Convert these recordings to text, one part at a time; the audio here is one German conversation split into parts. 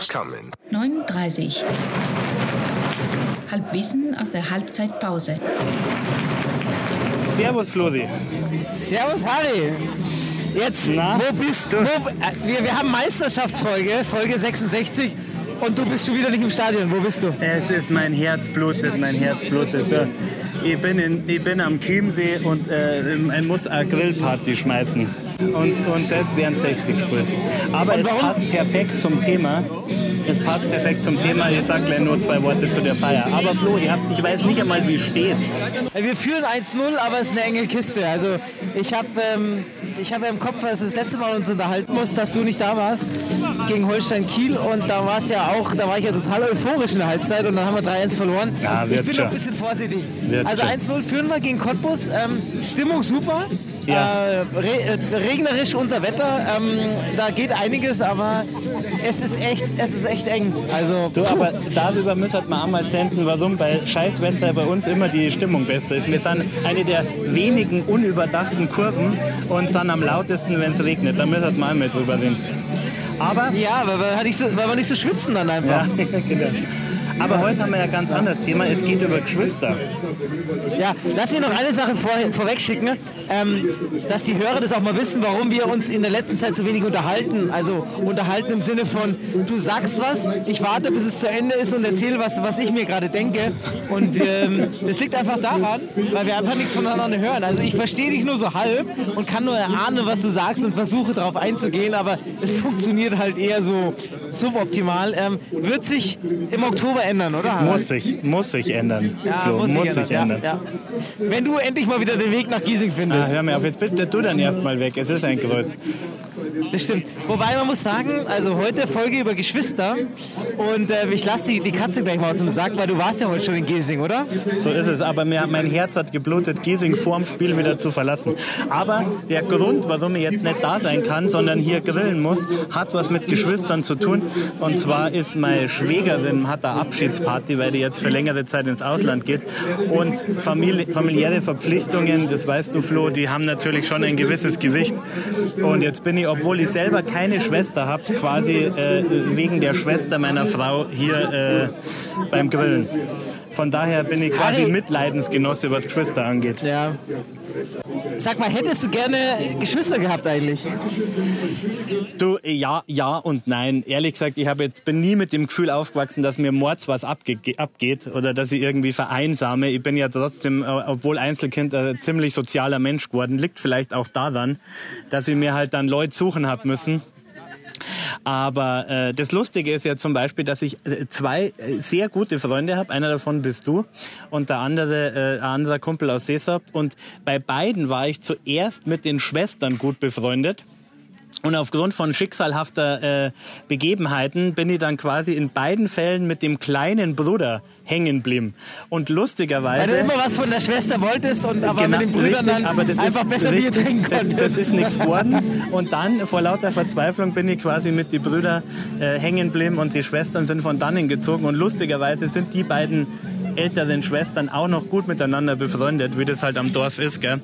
coming. 9:30 Halbwissen aus der Halbzeitpause. Servus Flori. Servus Harry. Jetzt, wo bist du? Wir haben Meisterschaftsfolge, Folge 66 und du bist schon wieder nicht im Stadion. Wo bist du? Es ist mein Herz blutet. Ich bin am Chiemsee und ich muss eine Grillparty schmeißen. Und das wären 60 Sprit. Aber es passt perfekt zum Thema. Ich sag gleich nur 2 Worte zu der Feier. Aber Flo, ich weiß nicht einmal, wie es steht. Wir führen 1-0, aber es ist eine enge Kiste. Also ich habe im Kopf, als wir das letzte Mal uns unterhalten mussten, dass du nicht da warst gegen Holstein Kiel. Und da war ich ja total euphorisch in der Halbzeit und dann haben wir 3-1 verloren. Ja, ich bin noch ein bisschen vorsichtig. Also 1-0 führen wir gegen Cottbus. Stimmung super. Ja. Regnerisch unser Wetter, da geht einiges, aber es ist echt eng. Also, aber darüber müssen wir einmal senden, warum bei Scheißwetter bei uns immer die Stimmung besser ist. Wir sind eine der wenigen unüberdachten Kurven und sind am lautesten, wenn es regnet. Da müssen wir einmal drüber reden. Aber ja, weil wir nicht so schwitzen dann einfach. Ja, genau. Aber heute haben wir ja ein ganz anderes Thema. Es geht über Geschwister. Ja, lass mir noch eine Sache vorweg schicken, dass die Hörer das auch mal wissen, warum wir uns in der letzten Zeit so wenig unterhalten. Also unterhalten im Sinne von, du sagst was, ich warte, bis es zu Ende ist und erzähle was ich mir gerade denke. Und das liegt einfach daran, weil wir einfach nichts voneinander hören. Also ich verstehe dich nur so halb und kann nur erahnen, was du sagst und versuche darauf einzugehen, aber es funktioniert halt eher so suboptimal. Wird sich im Oktober ändern, oder? Muss sich ändern. Ja, so, muss sich ändern. Ja. Wenn du endlich mal wieder den Weg nach Giesing findest. Hör mir auf, jetzt bist du dann erstmal weg. Es ist ein Kreuz. Das stimmt. Wobei man muss sagen, also heute Folge über Geschwister und ich lasse die Katze gleich mal aus dem Sack, weil du warst ja heute schon in Giesing, oder? So ist es, aber mein Herz hat geblutet, Giesing vorm Spiel wieder zu verlassen. Aber der Grund, warum ich jetzt nicht da sein kann, sondern hier grillen muss, hat was mit Geschwistern zu tun. Und zwar ist meine Schwägerin, hat eine Abschiedsparty, weil die jetzt für längere Zeit ins Ausland geht. Und familiäre Verpflichtungen, das weißt du Flo, die haben natürlich schon ein gewisses Gewicht. Und jetzt bin ich, obwohl ich selber keine Schwester habe, quasi wegen der Schwester meiner Frau hier beim Grillen. Von daher bin ich quasi Mitleidensgenosse, was Geschwister angeht. Ja. Sag mal, hättest du gerne Geschwister gehabt eigentlich? Du, ja und nein. Ehrlich gesagt, bin nie mit dem Gefühl aufgewachsen, dass mir Mords was abgeht oder dass ich irgendwie vereinsame. Ich bin ja trotzdem, obwohl Einzelkind, ein ziemlich sozialer Mensch geworden. Liegt vielleicht auch daran, dass ich mir halt dann Leute suchen habe müssen. Aber das Lustige ist ja zum Beispiel, dass ich 2 sehr gute Freunde habe. Einer davon bist du und der andere, ein anderer Kumpel aus Seeshaupt. Und bei beiden war ich zuerst mit den Schwestern gut befreundet. Und aufgrund von schicksalhafter Begebenheiten bin ich dann quasi in beiden Fällen mit dem kleinen Bruder hängen geblieben. Und lustigerweise... Weil du immer was von der Schwester wolltest und aber mit den Brüdern dann einfach besser Bier trinken konntest. Das ist nichts geworden. Und dann, vor lauter Verzweiflung, bin ich quasi mit den Brüdern hängen geblieben und die Schwestern sind von dannen gezogen. Und lustigerweise sind die beiden älteren Schwestern auch noch gut miteinander befreundet, wie das halt am Dorf ist, gell?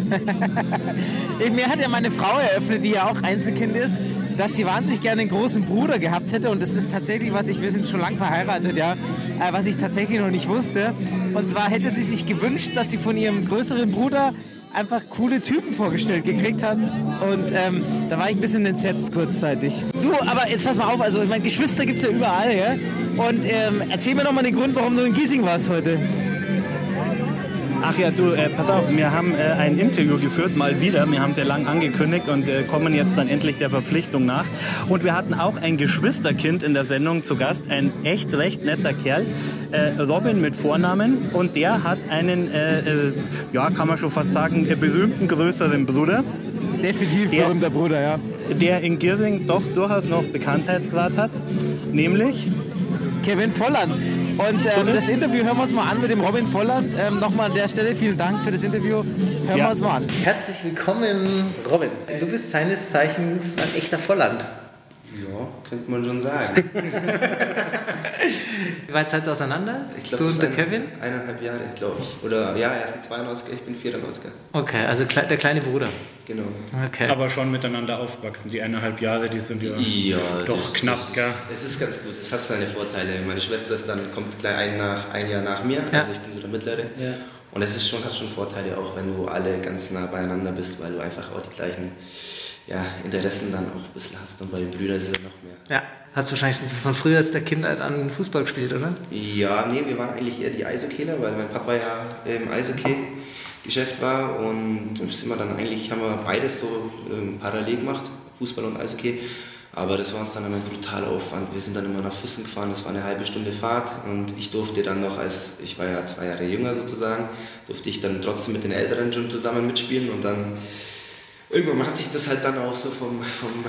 Mir hat ja meine Frau eröffnet, die ja auch Einzelkind ist, dass sie wahnsinnig gerne einen großen Bruder gehabt hätte und das ist tatsächlich, wir sind schon lange verheiratet, ja, was ich tatsächlich noch nicht wusste. Und zwar hätte sie sich gewünscht, dass sie von ihrem größeren Bruder einfach coole Typen vorgestellt gekriegt hat und da war ich ein bisschen entsetzt kurzzeitig. Du, aber jetzt pass mal auf, also ich meine, Geschwister gibt's ja überall, ja? Und erzähl mir doch mal den Grund, warum du in Giesing warst heute. Ach ja, du, pass auf, wir haben ein Interview geführt, mal wieder. Wir haben es ja lang angekündigt und kommen jetzt dann endlich der Verpflichtung nach. Und wir hatten auch ein Geschwisterkind in der Sendung zu Gast, ein echt recht netter Kerl, Robin mit Vornamen. Und der hat einen, kann man schon fast sagen, berühmten größeren Bruder. Definitiv berühmter Bruder, ja. Der in Giesing doch durchaus noch Bekanntheitsgrad hat, nämlich Kevin Volland. Und das Interview hören wir uns mal an mit dem Robin Volland. Nochmal an der Stelle vielen Dank für das Interview. Hören wir uns mal an. Herzlich willkommen, Robin. Du bist seines Zeichens ein echter Volland. Ja, könnte man schon sagen. Wie weit seid ihr auseinander? Ich glaub, du und der Kevin? 1,5 Jahre, glaube ich. Oder ja, er ist ein 92er, ich bin 94er. Okay, also der kleine Bruder. Genau. Okay. Aber schon miteinander aufgewachsen. Die 1,5 Jahre, die sind ja doch knapp, gell? Es ist ganz gut, es hat seine Vorteile. Meine Schwester kommt gleich ein Jahr nach mir, also ich bin so der Mittlere. Ja. Und es ist hat schon Vorteile auch, wenn du alle ganz nah beieinander bist, weil du einfach auch die gleichen Interessen dann auch ein bisschen hast. Und bei den Brüdern ist es noch mehr. Ja, hast du wahrscheinlich von früher als der Kindheit an Fußball gespielt, oder? Ja, nee, wir waren eigentlich eher die Eishockeyler, weil mein Papa ja im Eishockey-Geschäft war. Und sind wir dann eigentlich, haben wir beides so parallel gemacht, Fußball und Eishockey. Aber das war uns dann immer ein brutaler Aufwand. Wir sind dann immer nach Füssen gefahren, das war eine halbe Stunde Fahrt. Und ich durfte dann noch, ich war ja 2 Jahre jünger sozusagen, durfte ich dann trotzdem mit den Älteren schon zusammen mitspielen. Und dann irgendwann hat sich das halt dann auch so von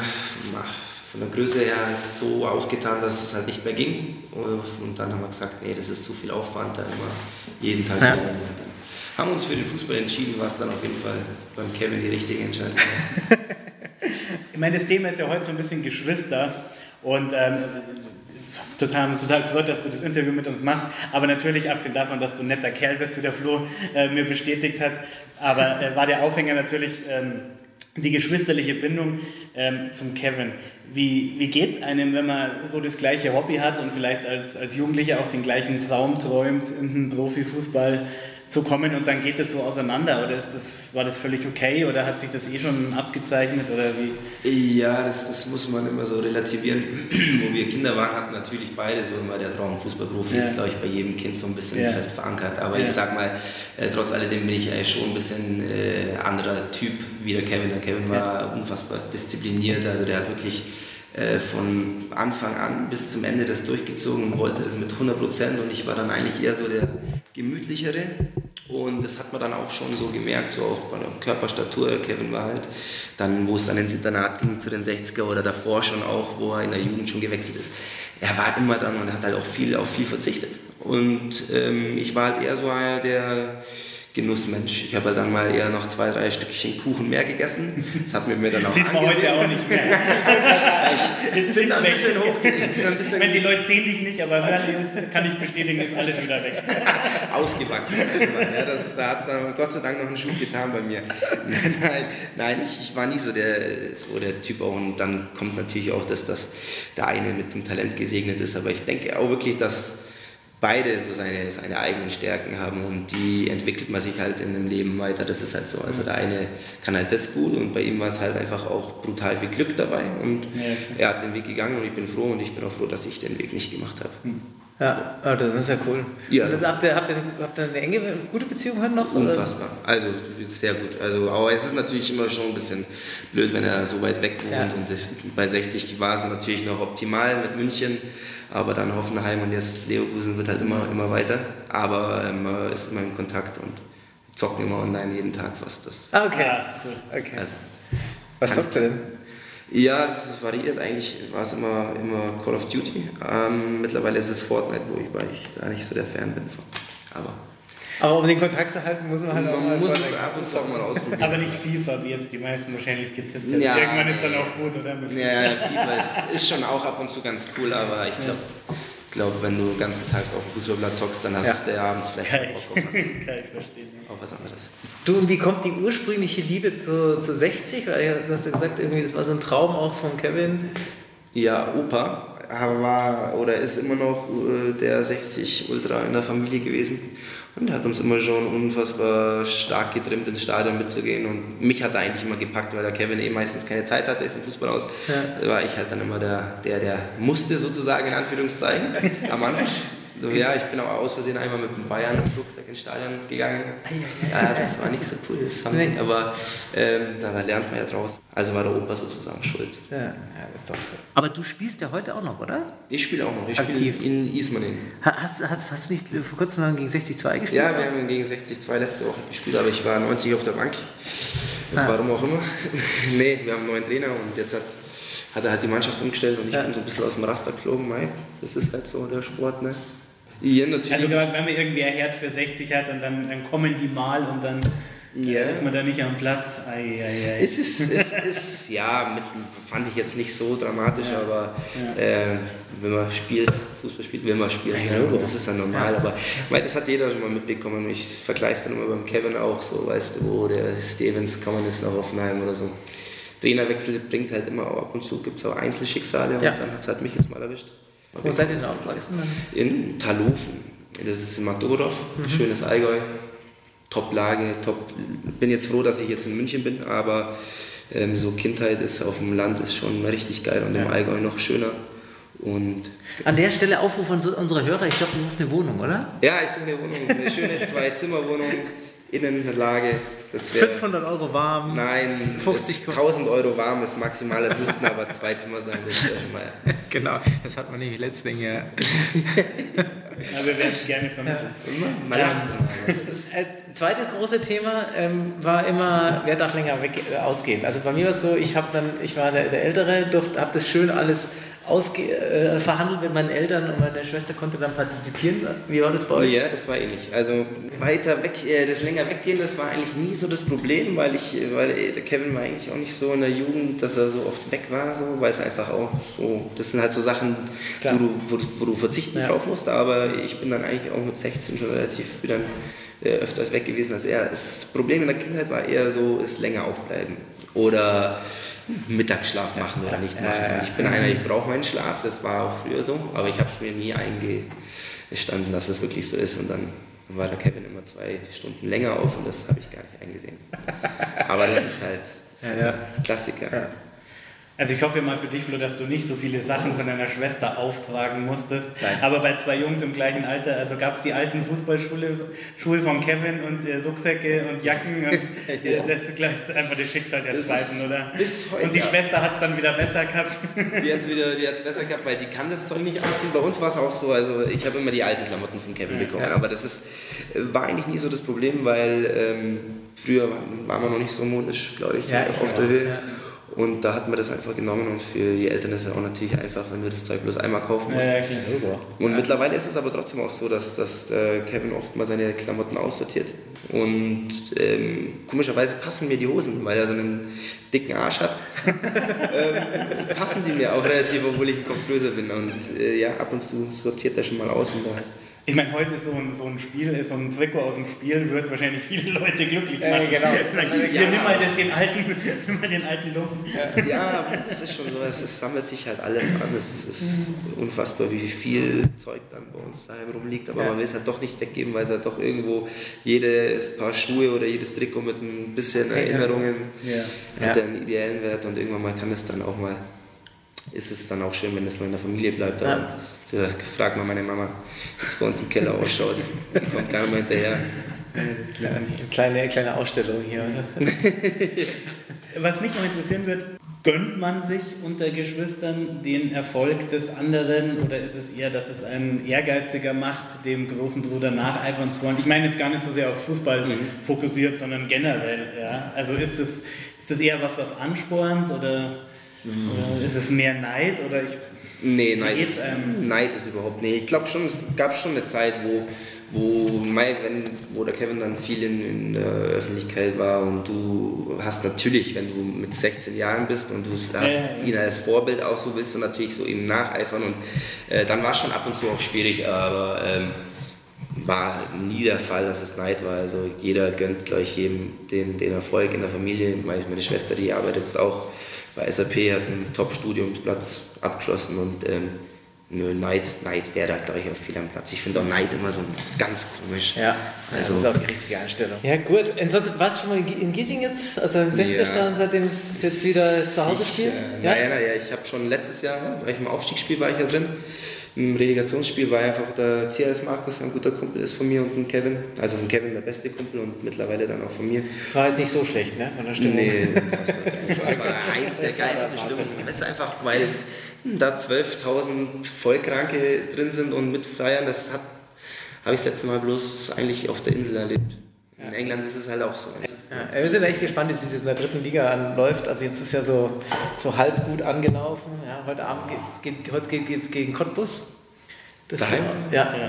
der Größe her so aufgetan, dass es halt nicht mehr ging. Und dann haben wir gesagt, nee, das ist zu viel Aufwand, da immer jeden Tag. Ja. Haben uns für den Fußball entschieden, war es dann auf jeden Fall beim Kevin die richtige Entscheidung. Ich meine, das Thema ist ja heute so ein bisschen Geschwister und total toll, dass du das Interview mit uns machst, aber natürlich abgesehen davon, dass du ein netter Kerl bist, wie der Flo mir bestätigt hat, aber war der Aufhänger natürlich die geschwisterliche Bindung zum Kevin. Wie geht es einem, wenn man so das gleiche Hobby hat und vielleicht als Jugendlicher auch den gleichen Traum träumt, in den Profifußball zu kommen und dann geht es so auseinander? Oder war das völlig okay oder hat sich das schon abgezeichnet? Oder wie? Ja, das muss man immer so relativieren. Wo wir Kinder waren, hatten natürlich beide so immer der Traum, Fußballprofi ist, glaube ich, bei jedem Kind so ein bisschen fest verankert. Aber ich sag mal, trotz alledem bin ich eigentlich schon ein bisschen anderer Typ wie der Kevin. Der Kevin war unfassbar diszipliniert, also der hat wirklich von Anfang an bis zum Ende das durchgezogen und wollte das mit 100% und ich war dann eigentlich eher so der gemütlichere und das hat man dann auch schon so gemerkt, so auch bei der Körperstatur. Kevin war halt dann, wo es dann ins Internat ging zu den 60er oder davor schon auch, wo er in der Jugend schon gewechselt ist, er war immer dann und hat halt auch auf viel verzichtet und ich war halt eher so der Genussmensch. Ich habe halt dann mal eher noch 2-3 Stückchen Kuchen mehr gegessen. Das hat mir dann auch sieht man heute auch nicht mehr. Ich bin ein bisschen hoch. Wenn die Leute sehen dich nicht, aber hören dich, kann ich bestätigen, ist alles wieder weg. Ausgewachsen. Ja, da hat es dann Gott sei Dank noch einen Schub getan bei mir. Nein, ich war nie so der Typ auch. Und dann kommt natürlich auch, dass der eine mit dem Talent gesegnet ist. Aber ich denke auch wirklich, dass beide so seine eigenen Stärken haben und die entwickelt man sich halt in dem Leben weiter, das ist halt so. Also der eine kann halt das gut und bei ihm war es halt einfach auch brutal viel Glück dabei und er hat den Weg gegangen und ich bin froh und ich bin auch froh, dass ich den Weg nicht gemacht habe. Ja, das ist ja cool. Ja. Und habt ihr eine gute Beziehung heute noch? Unfassbar, also sehr gut. Also, aber es ist natürlich immer schon ein bisschen blöd, wenn er so weit weg wohnt und bei 60 war es natürlich noch optimal mit München. Aber dann Hoffenheim und jetzt Leverkusen wird halt immer weiter. Aber man ist immer in Kontakt und zocken immer online jeden Tag fast. Okay. Cool. Okay. Also, was zockt ihr denn? Ja, es variiert eigentlich. War es immer Call of Duty. Mittlerweile ist es Fortnite, wo ich da nicht so der Fan bin von. Aber um den Kontakt zu halten, muss man halt auch mal ab und zu mal ausprobieren. Aber nicht FIFA, wie jetzt die meisten wahrscheinlich getippt haben. Ja, irgendwann ist dann auch gut, oder? Ja, FIFA ist schon auch ab und zu ganz cool, aber ich glaube, wenn du den ganzen Tag auf dem Fußballplatz zockst, dann hast du abends vielleicht auch auf was anderes. Du, und wie kommt die ursprüngliche Liebe zu 60? Weil du hast ja gesagt, irgendwie, das war so ein Traum auch von Kevin. Ja, Opa war oder ist immer noch der 60 Ultra in der Familie gewesen und hat uns immer schon unfassbar stark getrimmt, ins Stadion mitzugehen und mich hat er eigentlich immer gepackt, weil der Kevin meistens keine Zeit hatte vom Fußball aus. Da war ich halt dann immer der musste sozusagen, in Anführungszeichen, am Anfang. So, ja, ich bin auch aus Versehen einmal mit dem Bayern im Rucksack ins Stadion gegangen. Ja, das war nicht so cool, aber da lernt man ja draus. Also war der Opa sozusagen schuld. Ja, das ist doch. Aber du spielst ja heute auch noch, oder? Ich spiele auch noch. Ich aktiv spiele in Ismaning. Hast du nicht vor kurzem noch gegen 60-2 gespielt? Ja, wir haben gegen 60-2 letzte Woche gespielt, aber ich war 90 auf der Bank. Warum auch immer. Nee, wir haben einen neuen Trainer und jetzt hat er halt die Mannschaft umgestellt und ich bin so ein bisschen aus dem Raster geflogen. Das ist halt so der Sport, ne? Ja, natürlich. Also wenn man irgendwie ein Herz für 60 hat und dann kommen die mal und dann Ist man da nicht am Platz? Es ist ja, fand ich jetzt nicht so dramatisch, aber wenn man Fußball spielt, will man spielen. Das ist dann normal, aber das hat jeder schon mal mitbekommen. Ich vergleiche es dann immer beim Kevin auch so, weißt du, wo der Stevens kommen ist nach Hoffenheim oder so. Trainerwechsel bringt halt immer auch ab und zu, gibt es auch Einzelschicksale und dann hat es halt mich jetzt mal erwischt. Wo seid ihr denn aufgewachsen? In Thalhofen. Das ist in Magdeburg, schönes Allgäu, Top-Lage, Bin jetzt froh, dass ich jetzt in München bin, aber so Kindheit ist auf dem Land ist schon richtig geil und im Allgäu noch schöner. Und an der Stelle Aufruf an unsere Hörer, ich glaube, du suchst eine Wohnung, oder? Ja, ich suche eine Wohnung, eine schöne 2-Zimmer-Wohnung, Innenlage. 500 Euro warm? Nein, 1000 Euro warm ist maximal, es müssten aber 2 Zimmer sein. Das ist schon mal. Genau, das hat man nämlich letztens ja. Aber wir werden es gerne vermitteln. Zweites große Thema war immer, wer darf länger ausgehen. Also bei mir war es so, ich war der Ältere, habe das schön alles verhandelt mit meinen Eltern und meine Schwester konnte dann partizipieren. Wie war das bei euch? Ja, das war ähnlich. Also weiter weg, das länger weggehen, das war eigentlich nie so das Problem, weil der Kevin war eigentlich auch nicht so in der Jugend, dass er so oft weg war, so, weil es einfach auch so, das sind halt so Sachen, wo du verzichten drauf musst, aber ich bin dann eigentlich auch mit 16 schon relativ wieder öfter weg gewesen als er. Das Problem in der Kindheit war eher so, ist länger aufbleiben oder Mittagsschlaf machen oder nicht machen. Ich bin ich brauche meinen Schlaf, das war auch früher so, aber ich habe es mir nie eingestanden, dass es wirklich so ist und dann war der Kevin immer 2 Stunden länger auf und das habe ich gar nicht eingesehen. Aber das ist halt Klassiker. Ja. Also ich hoffe mal für dich, Flo, dass du nicht so viele Sachen von deiner Schwester auftragen musstest. Nein. Aber bei 2 Jungs im gleichen Alter, also gab es die alten Fußballschuhe von Kevin und Rucksäcke und Jacken und das ist gleich einfach das Schicksal der Zeiten, oder? Bis heute. Und die Schwester hat es dann wieder besser gehabt. Die hat es besser gehabt, weil die kann das Zeug nicht anziehen. Bei uns war es auch so, also ich habe immer die alten Klamotten von Kevin bekommen, aber das war eigentlich nie so das Problem, weil früher war man noch nicht so modisch, glaube ich, auf der Höhe. Ja. Und da hat man das einfach genommen und für die Eltern ist es auch natürlich einfach, wenn du das Zeug bloß einmal kaufen musst. Ja, klar. Und mittlerweile ist es aber trotzdem auch so, dass Kevin oft mal seine Klamotten aussortiert. Und komischerweise passen mir die Hosen, weil er so einen dicken Arsch hat. Passen die mir auch relativ, obwohl ich ein Kopf größer bin. Und ab und zu sortiert er schon mal aus. Und da ich meine, heute so ein Spiel, so ein Trikot aus dem Spiel wird wahrscheinlich viele Leute glücklich machen. Genau. Nimm mal den alten Lumpen. Ja, das ist schon so, es sammelt sich halt alles an. Es ist unfassbar, wie viel Zeug dann bei uns daheim rumliegt. Aber man will es halt doch nicht weggeben, weil es halt doch irgendwo jedes Paar Schuhe oder jedes Trikot mit ein bisschen Erinnerungen hat einen ideellen Wert. Und irgendwann mal kann es dann auch mal, ist es dann auch schön, wenn es mal in der Familie bleibt. Frag mal meine Mama, wie es bei uns im Keller ausschaut. Die kommt gar nicht mehr hinterher. Kleine Ausstellung hier, oder? Was mich noch interessieren wird, gönnt man sich unter Geschwistern den Erfolg des anderen oder ist es eher, dass es einen ehrgeiziger macht, dem großen Bruder nacheifern zu wollen? Ich meine jetzt gar nicht so sehr aufs Fußball fokussiert, sondern generell. Ja? Also ist das eher was anspornt oder ist es mehr Neid? Oder nee, Neid ist überhaupt nicht. Ich glaube schon, es gab schon eine Zeit, wo der Kevin dann viel in der Öffentlichkeit war und du hast natürlich, wenn du mit 16 Jahren bist und du hast ihn als Vorbild auch so, willst du natürlich so ihm nacheifern und dann war es schon ab und zu auch schwierig, aber war nie der Fall, dass es Neid war. Also jeder gönnt gleich jedem den Erfolg in der Familie. Meine Schwester, die arbeitet jetzt auch bei SAP, hat einen Top-Studiumsplatz abgeschlossen und Neid wäre da, glaube ich, auch viel am Platz. Ich finde auch Neid immer so ganz komisch. Ja, also, das ist auch die richtige Einstellung. Ja, gut. Ansonsten, warst du schon mal in Giesing jetzt? Also im Sechswächter, seitdem es jetzt wieder zu Hause spielt? Ja, ich habe schon letztes Jahr, war ich im Aufstiegsspiel, war ich ja drin. Im Relegationsspiel war einfach der CRS Markus, ein guter Kumpel ist von mir und ein Kevin. Also von Kevin der beste Kumpel und mittlerweile dann auch von mir. War jetzt nicht so schlecht, ne? Von der Stimmung. Nee, das war eins der geilsten Stimmungen. Das ist einfach, weil da 12.000 Vollkranke drin sind und mitfeiern, das habe ich das letzte Mal bloß eigentlich auf der Insel erlebt. In England ist es halt auch so. Ja, wir sind echt gespannt, wie es in der 3. Liga anläuft. Also jetzt ist ja so halb gut angelaufen. Ja, heute Abend geht's gegen Cottbus. Daheim? Ja.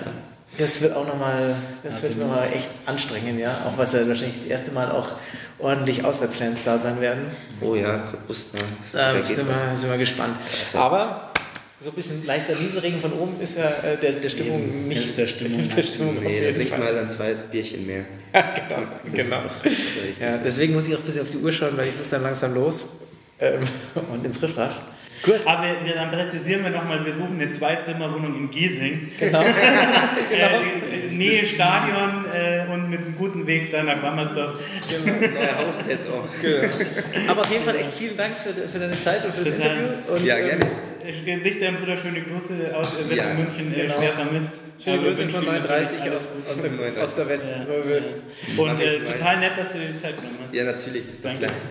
Das wird auch nochmal echt anstrengend, ja. Auch was ja wahrscheinlich das erste Mal auch ordentlich Auswärtsfans da sein werden. Oh ja, Cottbus. Sind wir gespannt. Aber so ein bisschen leichter Nieselregen von oben ist ja der Stimmung nicht. Der Stimmung nee, da trinkt man halt ein zweites Bierchen mehr. Genau. Ja, deswegen muss ich auch ein bisschen auf die Uhr schauen, weil ich muss dann langsam los und ins Riffraff. Gut. Aber dann präzisieren wir nochmal, wir suchen eine Zweizimmerwohnung in Giesing. Genau. Nähe Stadion und mit einem guten Weg dann nach Wammersdorf. Genau, neuer Haustest auch. Genau. Aber auf jeden Fall echt vielen Dank für deine Zeit und für das Interview. Und, ja, gerne. Ich richte einem Bruder schöne Grüße aus München, genau. Schwer vermisst. Schöne Grüße von 39 aus der Weströwe. Ja. Und total nett, dass du dir die Zeit genommen hast. Ja, natürlich. Ist doch klar.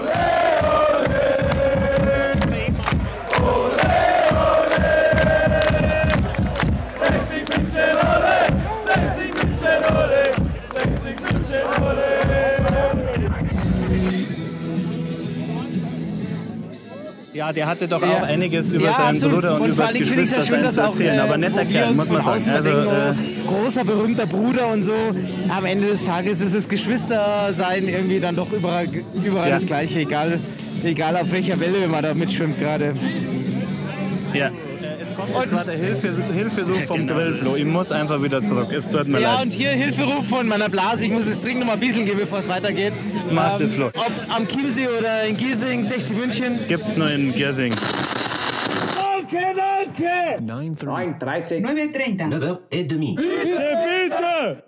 Ja, der hatte doch auch einiges über seinen Bruder und über das Geschwistersein zu erzählen, aber netter Kerl, muss man sagen. Also, großer, berühmter Bruder und so. Am Ende des Tages ist das Geschwistersein irgendwie dann doch überall das Gleiche, egal auf welcher Welle man da mitschwimmt gerade. Ja. Es kommt jetzt gerade Hilferuf vom Grillflo. Ich muss einfach wieder zurück. Es tut mir leid. Ja, und hier Hilferuf von meiner Blase. Ich muss es dringend noch mal ein bisschen geben, bevor es weitergeht. Macht es, Flo. Ob am Chiemsee oder in Giesing, 60 München. Gibt's nur in Giesing. Danke! 9:30. 9:30. 9:30. 9h30. Bitte, bitte!